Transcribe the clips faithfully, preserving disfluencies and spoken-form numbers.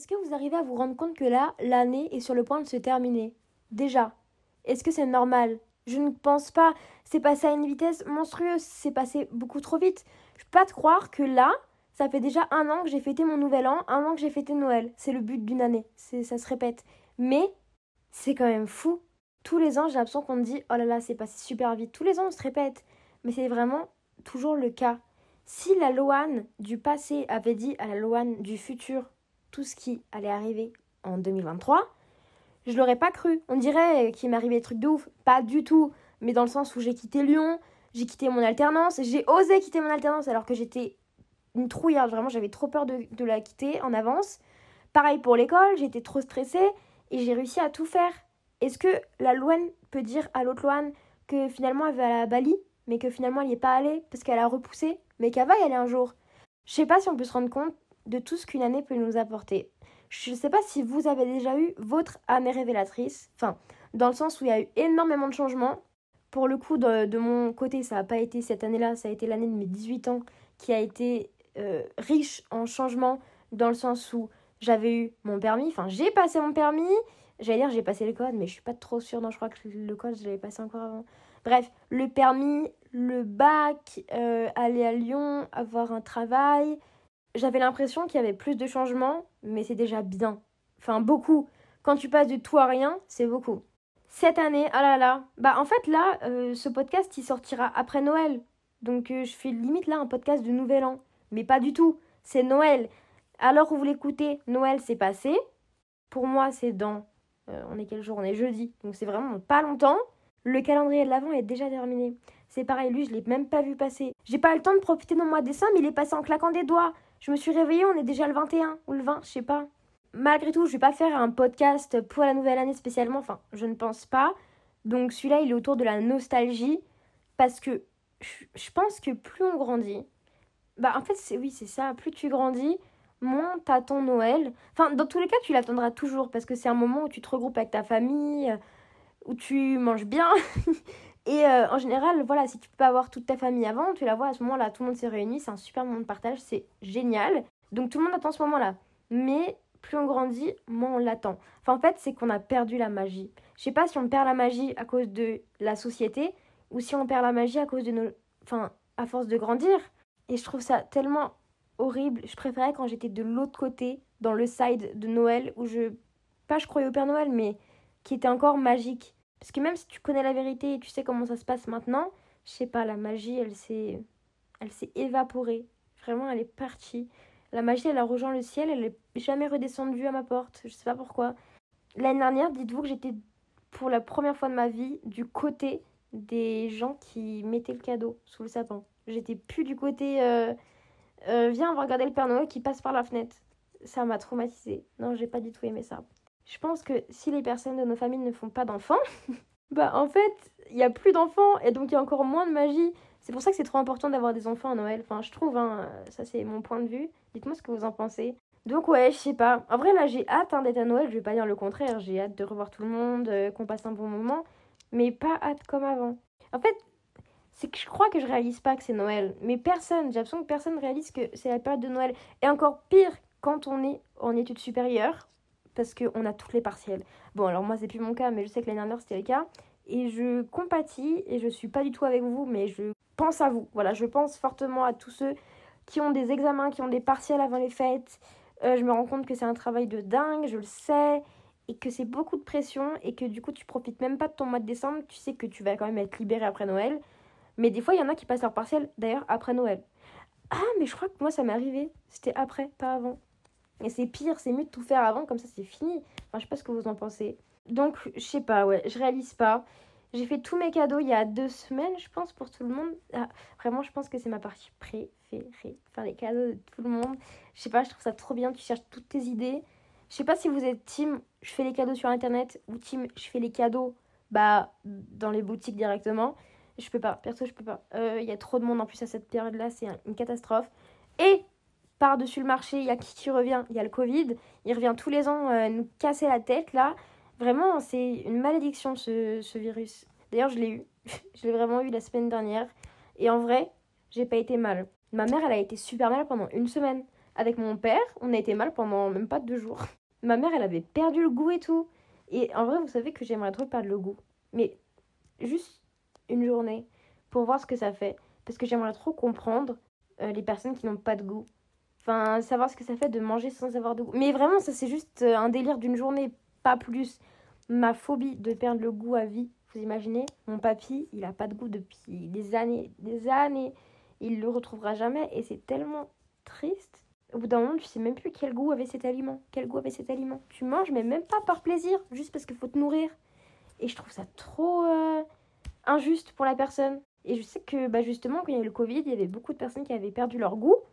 Est-ce que vous arrivez à vous rendre compte que là, l'année est sur le point de se terminer? Déjà. Est-ce que c'est normal? Je ne pense pas. C'est passé à une vitesse monstrueuse. C'est passé beaucoup trop vite. Je peux pas te croire que là, ça fait déjà un an que j'ai fêté mon nouvel an, un an que j'ai fêté Noël. C'est le but d'une année. C'est, ça se répète. Mais c'est quand même fou. Tous les ans, j'ai l'impression qu'on me dit oh là là, c'est passé super vite. Tous les ans, on se répète. Mais c'est vraiment toujours le cas. Si la Loane du passé avait dit à la Loane du futur tout ce qui allait arriver en deux mille vingt-trois, je l'aurais pas cru. On dirait qu'il m'arrivait des trucs de ouf. Pas du tout. Mais dans le sens où j'ai quitté Lyon, j'ai quitté mon alternance, j'ai osé quitter mon alternance alors que j'étais une trouillarde. Vraiment, j'avais trop peur de, de la quitter en avance. Pareil pour l'école, j'étais trop stressée et j'ai réussi à tout faire. Est-ce que la Loane peut dire à l'autre Loane que finalement elle va à Bali, mais que finalement elle n'y est pas allée parce qu'elle a repoussé, mais qu'elle va y aller un jour? Je sais pas si on peut se rendre compte de tout ce qu'une année peut nous apporter. Je sais pas si vous avez déjà eu votre année révélatrice, enfin, dans le sens où il y a eu énormément de changements. Pour le coup, de, de mon côté, ça n'a pas été cette année-là, ça a été l'année de mes dix-huit ans qui a été euh, riche en changements, dans le sens où j'avais eu mon permis, enfin, j'ai passé mon permis, j'allais dire j'ai passé le code, mais je suis pas trop sûre, non, je crois que le code, je l'avais passé encore avant. Bref, le permis, le bac, euh, aller à Lyon, avoir un travail. J'avais l'impression qu'il y avait plus de changements, mais c'est déjà bien. Enfin, beaucoup. Quand tu passes de tout à rien, c'est beaucoup. Cette année, ah là là. Bah, en fait, là, euh, ce podcast, il sortira après Noël. Donc, euh, je fais limite là un podcast de Nouvel An. Mais pas du tout. C'est Noël. Alors où vous l'écoutez, Noël, c'est passé. Pour moi, c'est dans... euh, on est quel jour? On est jeudi. Donc, c'est vraiment pas longtemps. Le calendrier de l'Avent est déjà terminé. C'est pareil, lui, je l'ai même pas vu passer. J'ai pas eu le temps de profiter de mon mois de décembre, il est passé en claquant des doigts. Je me suis réveillée, on est déjà le vingt et un ou le vingt, je sais pas. Malgré tout, je vais pas faire un podcast pour la nouvelle année spécialement, enfin, je ne pense pas. Donc celui-là, il est autour de la nostalgie, parce que je, je pense que plus on grandit, bah en fait, c'est oui, c'est ça, plus tu grandis, moins t'attends Noël. Enfin, dans tous les cas, tu l'attendras toujours, parce que c'est un moment où tu te regroupes avec ta famille, où tu manges bien. Et euh, en général, voilà, si tu peux pas avoir toute ta famille avant, tu la vois à ce moment-là, tout le monde s'est réuni, c'est un super moment de partage, c'est génial. Donc tout le monde attend ce moment-là. Mais plus on grandit, moins on l'attend. Enfin, en fait, c'est qu'on a perdu la magie. Je sais pas si on perd la magie à cause de la société ou si on perd la magie à cause de nos... Enfin, à force de grandir. Et je trouve ça tellement horrible. Je préférais quand j'étais de l'autre côté, dans le side de Noël, où je... Pas je croyais au Père Noël, mais qui était encore magique. Parce que même si tu connais la vérité et tu sais comment ça se passe maintenant, je sais pas, la magie, elle s'est, elle s'est évaporée. Vraiment, elle est partie. La magie, elle a rejoint le ciel, elle est jamais redescendue à ma porte. Je sais pas pourquoi. L'année dernière, dites-vous que j'étais pour la première fois de ma vie du côté des gens qui mettaient le cadeau sous le sapin. J'étais plus du côté euh, euh, viens, on va regarder le Père Noël qui passe par la fenêtre. Ça m'a traumatisée. Non, j'ai pas du tout aimé ça. Je pense que si les personnes de nos familles ne font pas d'enfants, bah en fait, il y a plus d'enfants et donc il y a encore moins de magie. C'est pour ça que c'est trop important d'avoir des enfants à Noël. Enfin, je trouve, hein, ça c'est mon point de vue. Dites-moi ce que vous en pensez. Donc ouais, je sais pas. En vrai, là, j'ai hâte hein, d'être à Noël. Je vais pas dire le contraire. J'ai hâte de revoir tout le monde, euh, qu'on passe un bon moment. Mais pas hâte comme avant. En fait, c'est que je crois que je réalise pas que c'est Noël. Mais personne, j'ai l'impression que personne réalise que c'est la période de Noël. Et encore pire quand on est en études supérieures. Parce qu'on a toutes les partiels. Bon, alors moi, c'est plus mon cas, mais je sais que l'année dernière, c'était le cas. Et je compatis, et je suis pas du tout avec vous, mais je pense à vous. Voilà, je pense fortement à tous ceux qui ont des examens, qui ont des partiels avant les fêtes. Euh, je me rends compte que c'est un travail de dingue, je le sais, et que c'est beaucoup de pression, et que du coup, tu profites même pas de ton mois de décembre. Tu sais que tu vas quand même être libéré après Noël. Mais des fois, il y en a qui passent leur partiel, d'ailleurs, après Noël. Ah, mais je crois que moi, ça m'est arrivé. C'était après, pas avant. Et c'est pire, c'est mieux de tout faire avant, comme ça c'est fini. Enfin, je sais pas ce que vous en pensez. Donc, je sais pas, ouais, je réalise pas. J'ai fait tous mes cadeaux il y a deux semaines, je pense, pour tout le monde. Ah, vraiment, je pense que c'est ma partie préférée. Faire les cadeaux de tout le monde. Je sais pas, je trouve ça trop bien, tu cherches toutes tes idées. Je sais pas si vous êtes team, je fais les cadeaux sur internet, ou team, je fais les cadeaux bah, dans les boutiques directement. Je peux pas, perso, je peux pas. Il euh, y a trop de monde en plus à cette période-là, c'est une catastrophe. Et par-dessus le marché, il y a qui qui revient? Il y a le Covid. Il revient tous les ans euh, nous casser la tête, là. Vraiment, c'est une malédiction, ce, ce virus. D'ailleurs, je l'ai eu. Je l'ai vraiment eu la semaine dernière. Et en vrai, j'ai pas été mal. Ma mère, elle a été super mal pendant une semaine. avec mon père, on a été mal pendant même pas deux jours. Ma mère, elle avait perdu le goût et tout. Et en vrai, vous savez que j'aimerais trop perdre le goût. Mais juste une journée pour voir ce que ça fait. Parce que j'aimerais trop comprendre euh, les personnes qui n'ont pas de goût. Enfin, savoir ce que ça fait de manger sans avoir de goût. Mais vraiment, ça, c'est juste euh, un délire d'une journée, pas plus. Ma phobie de perdre le goût à vie. Vous imaginez, mon papy, il a pas de goût depuis des années, des années. Il le retrouvera jamais et c'est tellement triste. Au bout d'un moment, tu sais même plus quel goût avait cet aliment. Quel goût avait cet aliment. Tu manges, mais même pas par plaisir, juste parce qu'il faut te nourrir. Et je trouve ça trop euh, injuste pour la personne. Et je sais que bah, justement, quand il y a eu le Covid, il y avait beaucoup de personnes qui avaient perdu leur goût.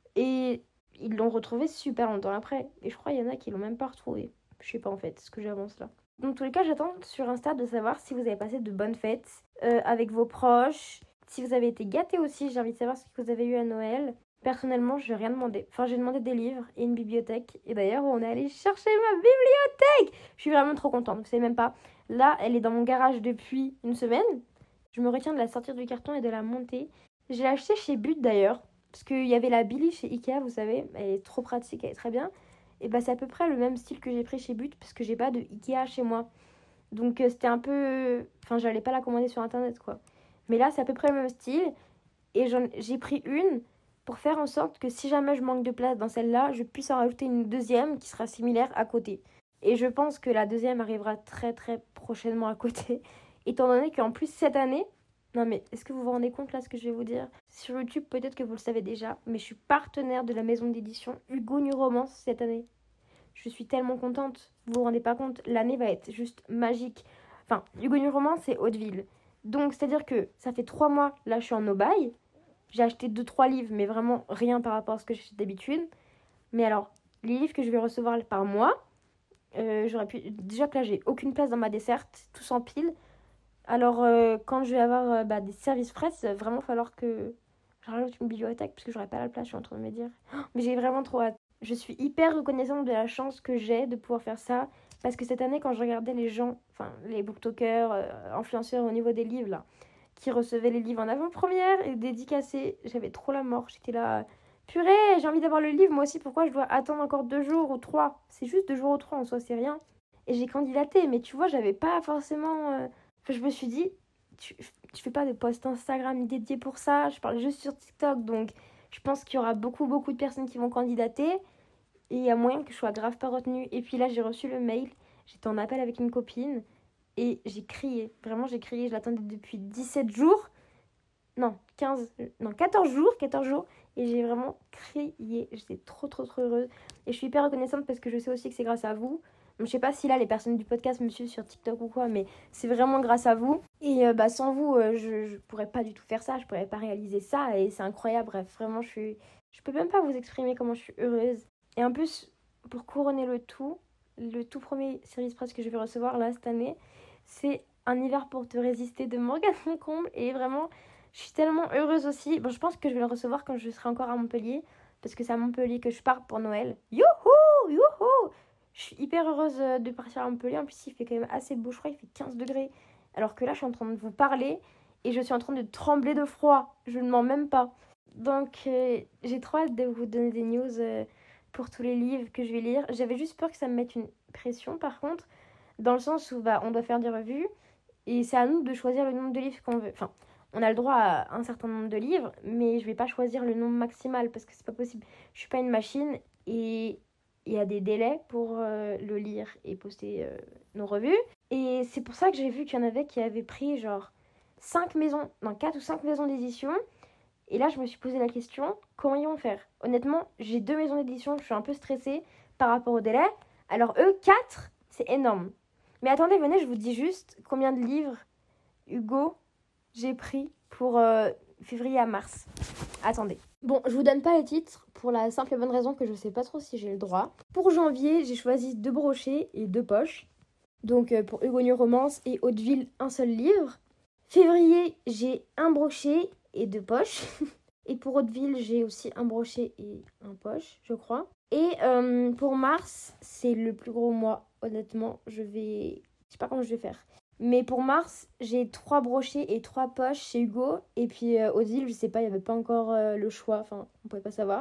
Et ils l'ont retrouvé super longtemps après. Et je crois qu'il y en a qui l'ont même pas retrouvé. Je sais pas en fait ce que j'avance là. Dans tous les cas, j'attends sur Insta de savoir si vous avez passé de bonnes fêtes euh, avec vos proches. Si vous avez été gâtés aussi, j'ai envie de savoir ce que vous avez eu à Noël. Personnellement, je n'ai rien demandé. Enfin, j'ai demandé des livres et une bibliothèque. Et d'ailleurs, on est allé chercher ma bibliothèque. Je suis vraiment trop contente. Vous savez même pas. Là, elle est dans mon garage depuis une semaine. Je me retiens de la sortir du carton et de la monter. J'ai acheté chez But d'ailleurs. Parce qu'il y avait la Billy chez Ikea, vous savez. Elle est trop pratique, elle est très bien. Et bah, c'est à peu près le même style que j'ai pris chez But. Parce que j'ai pas de Ikea chez moi. Donc, euh, c'était un peu. Enfin, j'allais pas la commander sur internet quoi. Mais là, c'est à peu près le même style. Et j'en- j'ai pris une pour faire en sorte que si jamais je manque de place dans celle-là, je puisse en rajouter une deuxième qui sera similaire à côté. Et je pense que la deuxième arrivera très très prochainement à côté, étant donné qu'en plus cette année, non mais est-ce que vous vous rendez compte là ce que je vais vous dire? Sur YouTube, peut-être que vous le savez déjà, mais je suis partenaire de la maison d'édition Hugo New Romance cette année. Je suis tellement contente, vous vous rendez pas compte, l'année va être juste magique. Enfin, Hugo New Romance, c'est Hauteville. Donc, c'est-à-dire que ça fait trois mois, là je suis en no-buy. J'ai acheté deux trois livres, mais vraiment rien par rapport à ce que j'achète d'habitude. Mais alors, les livres que je vais recevoir par mois, euh, j'aurais pu... Déjà que là, j'ai aucune place dans ma desserte, tout s'empile. Alors, euh, quand je vais avoir euh, bah, des services frais, il va vraiment falloir que je rajoute une bibliothèque, parce que j'aurai pas la place, je suis en train de me dire. Oh, mais j'ai vraiment trop hâte. Je suis hyper reconnaissante de la chance que j'ai de pouvoir faire ça. Parce que cette année, quand je regardais les gens, enfin, les booktokers, euh, influenceurs au niveau des livres, là, qui recevaient les livres en avant-première et dédicacés. J'avais trop la mort. J'étais là, purée, j'ai envie d'avoir le livre. Moi aussi, pourquoi je dois attendre encore deux jours ou trois? C'est juste deux jours ou trois en soi, c'est rien. Et j'ai candidaté, mais tu vois, j'avais pas forcément. euh, Enfin, je me suis dit, tu, tu fais pas de post Instagram dédié pour ça. Je parle juste sur TikTok, donc je pense qu'il y aura beaucoup, beaucoup de personnes qui vont candidater. Et il y a moyen que je sois grave pas retenue. Et puis là, j'ai reçu le mail. J'étais en appel avec une copine. Et j'ai crié. Vraiment, j'ai crié. Je l'attendais depuis dix-sept jours. Non, quinze. Non, quatorze jours. quatorze jours. Et j'ai vraiment crié. J'étais trop, trop, trop heureuse. Et je suis hyper reconnaissante parce que je sais aussi que c'est grâce à vous. Donc, je sais pas si là, les personnes du podcast me suivent sur TikTok ou quoi, mais c'est vraiment grâce à vous. Et euh, bah, sans vous, euh, je, je pourrais pas du tout faire ça. Je pourrais pas réaliser ça. Et c'est incroyable. Bref, vraiment, je suis. Je peux même pas vous exprimer comment je suis heureuse. Et en plus, pour couronner le tout, le tout premier Series Press que je vais recevoir là cette année, c'est Un hiver pour te résister de Morgane Moncomble. Et vraiment, je suis tellement heureuse aussi. Bon, je pense que je vais le recevoir quand je serai encore à Montpellier. Parce que c'est à Montpellier que je pars pour Noël. Youhou! Youhou! Je suis hyper heureuse de partir à Montpellier. En plus, il fait quand même assez beau. Je crois qu'il fait quinze degrés. Alors que là, je suis en train de vous parler. Et je suis en train de trembler de froid. Je ne mens même pas. Donc, euh, j'ai trop hâte de vous donner des news euh, pour tous les livres que je vais lire. J'avais juste peur que ça me mette une pression, par contre. Dans le sens où bah, on doit faire des revues. Et c'est à nous de choisir le nombre de livres qu'on veut. Enfin, on a le droit à un certain nombre de livres, mais je vais pas choisir le nombre maximal parce que c'est pas possible. Je suis pas une machine et il y a des délais pour euh, le lire et poster euh, nos revues. Et c'est pour ça que j'ai vu qu'il y en avait qui avaient pris genre cinq maisons, non quatre ou cinq maisons d'édition. Et là, je me suis posé la question, comment ils vont faire? Honnêtement, j'ai deux maisons d'édition, je suis un peu stressée par rapport au délai. Alors eux, quatre, c'est énorme. Mais attendez, venez, je vous dis juste combien de livres, Hugo, j'ai pris pour euh, février à mars. Attendez. Bon, je vous donne pas les titres pour la simple et bonne raison que je sais pas trop si j'ai le droit. Pour janvier, j'ai choisi deux brochets et deux poches. Donc euh, pour Hugo New Romance et Hauteville, un seul livre. Février, j'ai un brochet et deux poches. Et pour Hauteville, j'ai aussi un brochet et un poche, je crois. Et euh, pour mars, c'est le plus gros mois, honnêtement. Je vais... Je sais pas comment je vais faire. Mais pour mars, j'ai trois brochets et trois poches chez Hugo. Et puis euh, Hauteville, je sais pas, il n'y avait pas encore euh, le choix. Enfin, on pouvait pas savoir.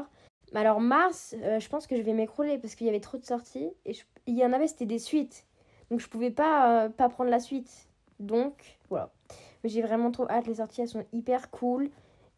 Mais alors mars, euh, je pense que je vais m'écrouler parce qu'il y avait trop de sorties. Et je- il y en avait, c'était des suites. Donc je pouvais pas, euh, pas prendre la suite. Donc voilà. Mais j'ai vraiment trop hâte. Les sorties, elles sont hyper cool.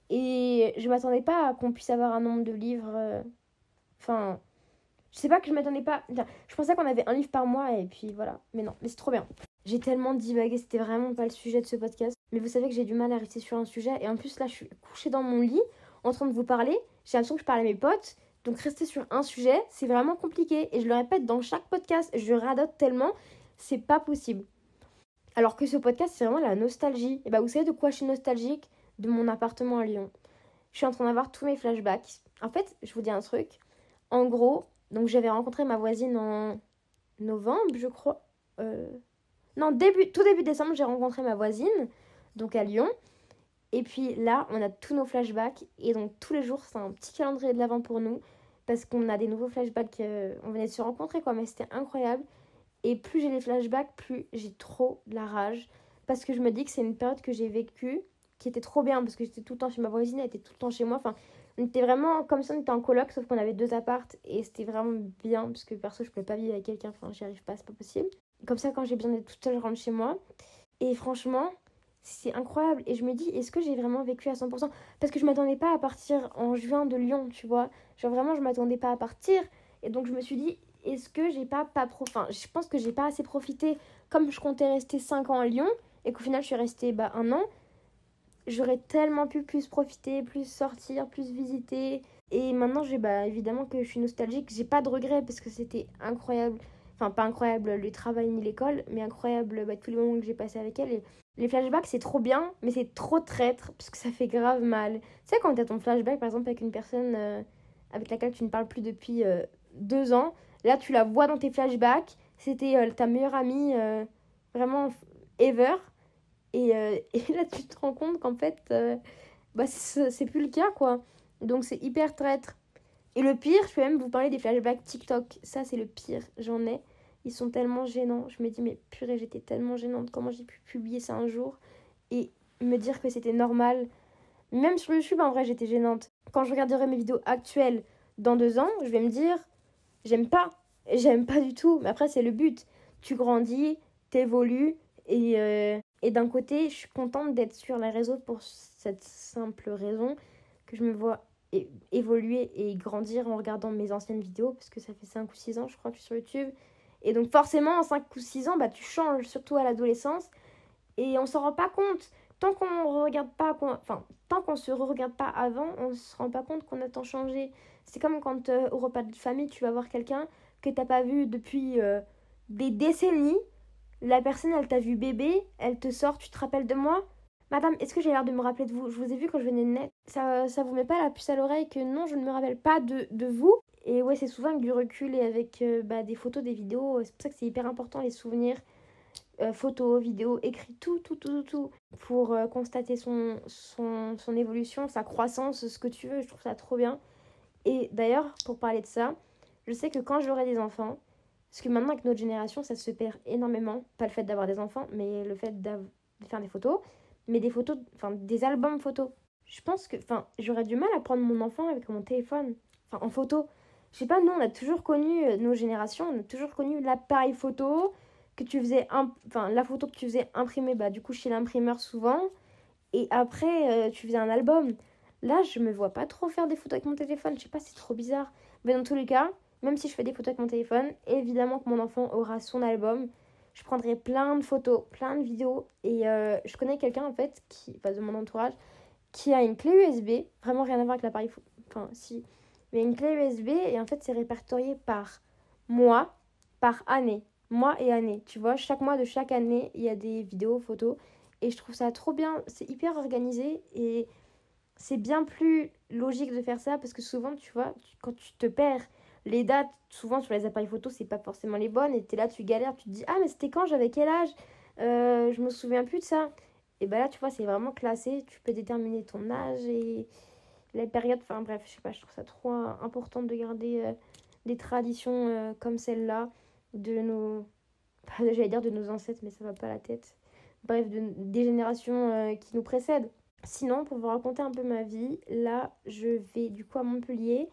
Et je m'attendais pas à qu'on puisse avoir un nombre de livres. euh, Enfin, je sais pas que je m'attendais pas. Enfin, je pensais qu'on avait un livre par mois et puis voilà. Mais non, mais c'est trop bien. J'ai tellement divagué, c'était vraiment pas le sujet de ce podcast. Mais vous savez que j'ai du mal à rester sur un sujet. Et en plus, là, je suis couchée dans mon lit en train de vous parler. J'ai l'impression que je parle à mes potes. Donc, rester sur un sujet, c'est vraiment compliqué. Et je le répète dans chaque podcast, je radote tellement, c'est pas possible. Alors que ce podcast, c'est vraiment la nostalgie. Et bah, vous savez de quoi je suis nostalgique? De mon appartement à Lyon. Je suis en train d'avoir tous mes flashbacks. En fait, je vous dis un truc. En gros, donc j'avais rencontré ma voisine en novembre, je crois. Euh, Non, début, tout début décembre, j'ai rencontré ma voisine, donc à Lyon. Et puis là, on a tous nos flashbacks. Et donc tous les jours, c'est un petit calendrier de l'avant pour nous. Parce qu'on a des nouveaux flashbacks. euh, on venait de se rencontrer, quoi. Mais c'était incroyable. Et plus j'ai les flashbacks, plus j'ai trop de la rage. Parce que je me dis que c'est une période que j'ai vécue, qui était trop bien. Parce que j'étais tout le temps chez ma voisine, elle était tout le temps chez moi. Enfin, on était vraiment comme si on était en coloc, sauf qu'on avait deux appartes. Et c'était vraiment bien. Parce que perso, je pouvais pas vivre avec quelqu'un. Enfin, j'y arrive pas, c'est pas possible. Comme ça, quand j'ai besoin d'être toute seule, je rentre chez moi. Et franchement, c'est incroyable. Et je me dis, est-ce que j'ai vraiment vécu à cent pour cent? Parce que je m'attendais pas à partir en juin de Lyon, tu vois. Genre vraiment, je m'attendais pas à partir. Et donc, je me suis dit, est-ce que j'ai pas, pas pro... Enfin, je pense que j'ai pas assez profité. Comme je comptais rester cinq ans à Lyon, et qu'au final, je suis restée bah, un an, j'aurais tellement pu plus profiter, plus sortir, plus visiter. Et maintenant, j'ai bah, évidemment que je suis nostalgique. J'ai pas de regrets parce que c'était incroyable. Enfin, pas incroyable le travail ni l'école, mais incroyable bah, tous les moments que j'ai passés avec elle. Et les flashbacks, c'est trop bien, mais c'est trop traître parce que ça fait grave mal. Tu sais, quand t'as ton flashback, par exemple, avec une personne euh, avec laquelle tu ne parles plus depuis euh, deux ans, là, tu la vois dans tes flashbacks. C'était euh, ta meilleure amie, euh, vraiment ever. Et, euh, et là, tu te rends compte qu'en fait, euh, bah, c'est c'est plus le cas, quoi. Donc, c'est hyper traître. Et le pire, je peux même vous parler des flashbacks TikTok. Ça, c'est le pire. J'en ai. Ils sont tellement gênants. Je me dis, mais purée, j'étais tellement gênante. Comment j'ai pu publier ça un jour et me dire que c'était normal. Même sur YouTube, en vrai, j'étais gênante. Quand je regarderai mes vidéos actuelles dans deux ans, je vais me dire, j'aime pas. J'aime pas du tout. Mais après, c'est le but. Tu grandis, t'évolues. Et, euh, et d'un côté, je suis contente d'être sur les réseaux pour cette simple raison que je me vois é- évoluer et grandir en regardant mes anciennes vidéos. Parce que ça fait cinq ou six ans, je crois, que je suis sur YouTube. Et donc, forcément, en cinq ou six ans, bah, tu changes, surtout à l'adolescence. Et on s'en rend pas compte. Tant qu'on regarde pas, qu'on- enfin, tant qu'on se regarde pas avant, on se rend pas compte qu'on a tant changé. C'est comme quand euh, au repas de famille, tu vas voir quelqu'un que t'as pas vu depuis euh, des décennies. La personne, elle t'a vu bébé, elle te sort, tu te rappelles de moi? Madame, est-ce que j'ai l'air de me rappeler de vous? Je vous ai vu quand je venais de naître. Ça, ça vous met pas la puce à l'oreille que non, je ne me rappelle pas de, de vous? Et ouais, c'est souvent avec du recul et avec euh, bah, des photos, des vidéos. C'est pour ça que c'est hyper important les souvenirs. Euh, photos, vidéos, écrits, tout, tout, tout, tout, tout, pour euh, constater son, son, son évolution, sa croissance, ce que tu veux. Je trouve ça trop bien. Et d'ailleurs, pour parler de ça, je sais que quand j'aurai des enfants, parce que maintenant avec notre génération, ça se perd énormément, pas le fait d'avoir des enfants, mais le fait de faire des photos, mais des photos, enfin des albums photos. Je pense que, enfin, j'aurais du mal à prendre mon enfant avec mon téléphone, enfin en photo. Je sais pas, nous on a toujours connu, euh, nos générations, on a toujours connu l'appareil photo, que tu faisais, imp- enfin la photo que tu faisais imprimer, bah du coup chez l'imprimeur souvent, et après euh, tu faisais un album. Là, je me vois pas trop faire des photos avec mon téléphone. Je sais pas, c'est trop bizarre. Mais dans tous les cas, même si je fais des photos avec mon téléphone, évidemment que mon enfant aura son album. Je prendrai plein de photos, plein de vidéos. Et euh, je connais quelqu'un, en fait, qui, enfin, de mon entourage, qui a une clé U S B. Vraiment rien à voir avec l'appareil photo. Enfin, si. Mais une clé U S B, et en fait, c'est répertorié par mois, par année. Mois et année. Tu vois, chaque mois de chaque année, il y a des vidéos, photos. Et je trouve ça trop bien. C'est hyper organisé. Et c'est bien plus logique de faire ça parce que souvent, tu vois, tu- quand tu te perds, les dates, souvent sur les appareils photo, c'est pas forcément les bonnes et t'es là, tu galères, tu te dis, ah, mais c'était quand, j'avais quel âge? Euh, je me souviens plus de ça. Et bah là, tu vois, c'est vraiment classé, tu peux déterminer ton âge et la période, enfin bref, je sais pas, je trouve ça trop euh, important de garder euh, des traditions euh, comme celle-là de nos, j'allais dire de nos ancêtres, mais ça va pas à la tête. Bref, de, des générations euh, qui nous précèdent. Sinon, pour vous raconter un peu ma vie, là, je vais du coup à Montpellier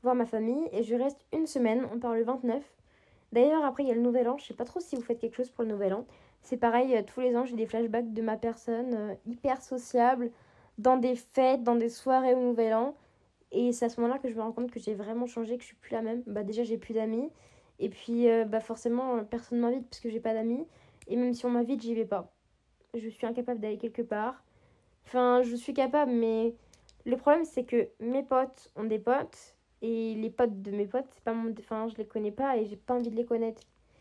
voir ma famille et je reste une semaine, on part le vingt-neuf. D'ailleurs, après, il y a le Nouvel An. Je sais pas trop si vous faites quelque chose pour le Nouvel An. C'est pareil, euh, tous les ans, j'ai des flashbacks de ma personne euh, hyper sociable, dans des fêtes, dans des soirées au Nouvel An. Et c'est à ce moment-là que je me rends compte que j'ai vraiment changé, que je suis plus la même. Bah déjà, j'ai plus d'amis. Et puis, euh, bah forcément, euh, personne m'invite parce que j'ai pas d'amis. Et même si on m'invite, j'y vais pas. Je suis incapable d'aller quelque part. Enfin, je suis capable, mais le problème, c'est que mes potes ont des potes. Et les potes de mes potes, c'est pas mon... Enfin, je les connais pas et j'ai pas envie de les connaître.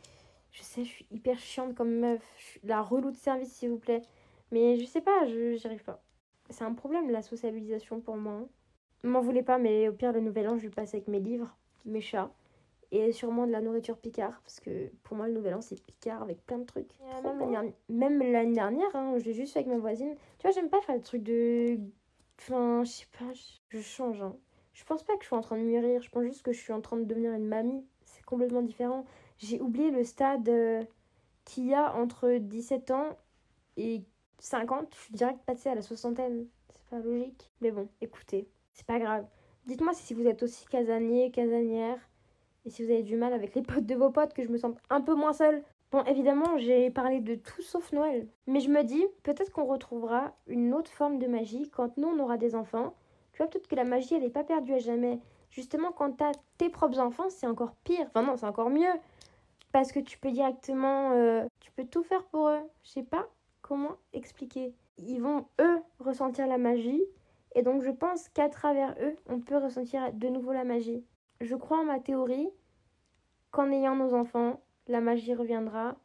Je sais, je suis hyper chiante comme meuf. Je suis la relou de service, s'il vous plaît. Mais je sais pas, je j'y arrive pas. C'est un problème, la sociabilisation pour moi, hein. M'en voulez pas, mais au pire, le nouvel an, je le passe avec mes livres, mes chats et sûrement de la nourriture Picard. Parce que pour moi, le nouvel an, c'est Picard avec plein de trucs. Euh, même l'année dernière, même l'année dernière hein, je l'ai juste fait avec ma voisine. Tu vois, j'aime pas faire des trucs de. Enfin, je sais pas, je, je change. Hein. Je pense pas que je suis en train de mûrir, je pense juste que je suis en train de devenir une mamie. C'est complètement différent. J'ai oublié le stade euh, qu'il y a entre dix-sept ans et cinquante. Je suis direct passée à la soixantaine. C'est pas logique. Mais bon, écoutez. C'est pas grave. Dites-moi si vous êtes aussi casanier, casanière, et si vous avez du mal avec les potes de vos potes, que je me sente un peu moins seule. Bon, évidemment, j'ai parlé de tout sauf Noël. Mais je me dis, peut-être qu'on retrouvera une autre forme de magie quand nous, on aura des enfants. Tu vois, peut-être que la magie, elle n'est pas perdue à jamais. Justement, quand t'as tes propres enfants, c'est encore pire. Enfin non, c'est encore mieux. Parce que tu peux directement... euh, tu peux tout faire pour eux. Je sais pas comment expliquer. Ils vont, eux, ressentir la magie. Et donc, je pense qu'à travers eux, on peut ressentir de nouveau la magie. Je crois en ma théorie qu'en ayant nos enfants, la magie reviendra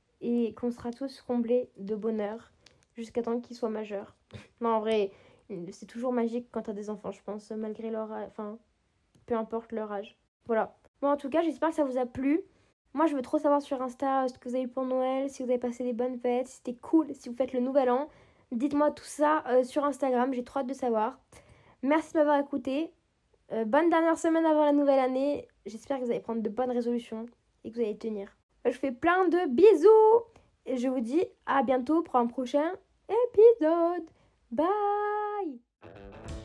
et qu'on sera tous comblés de bonheur jusqu'à temps qu'ils soient majeurs. Non, en vrai, c'est toujours magique quand t'as des enfants, je pense, malgré leur âge. Enfin, peu importe leur âge. Voilà. Bon, en tout cas, j'espère que ça vous a plu. Moi, je veux trop savoir sur Insta ce que vous avez eu pour Noël, si vous avez passé des bonnes fêtes, si c'était cool, si vous faites le nouvel an. Dites-moi tout ça euh, sur Instagram, j'ai trop hâte de savoir. Merci de m'avoir écouté. Euh, bonne dernière semaine avant la nouvelle année. J'espère que vous allez prendre de bonnes résolutions et que vous allez tenir. Je fais plein de bisous et je vous dis à bientôt pour un prochain épisode. Bye!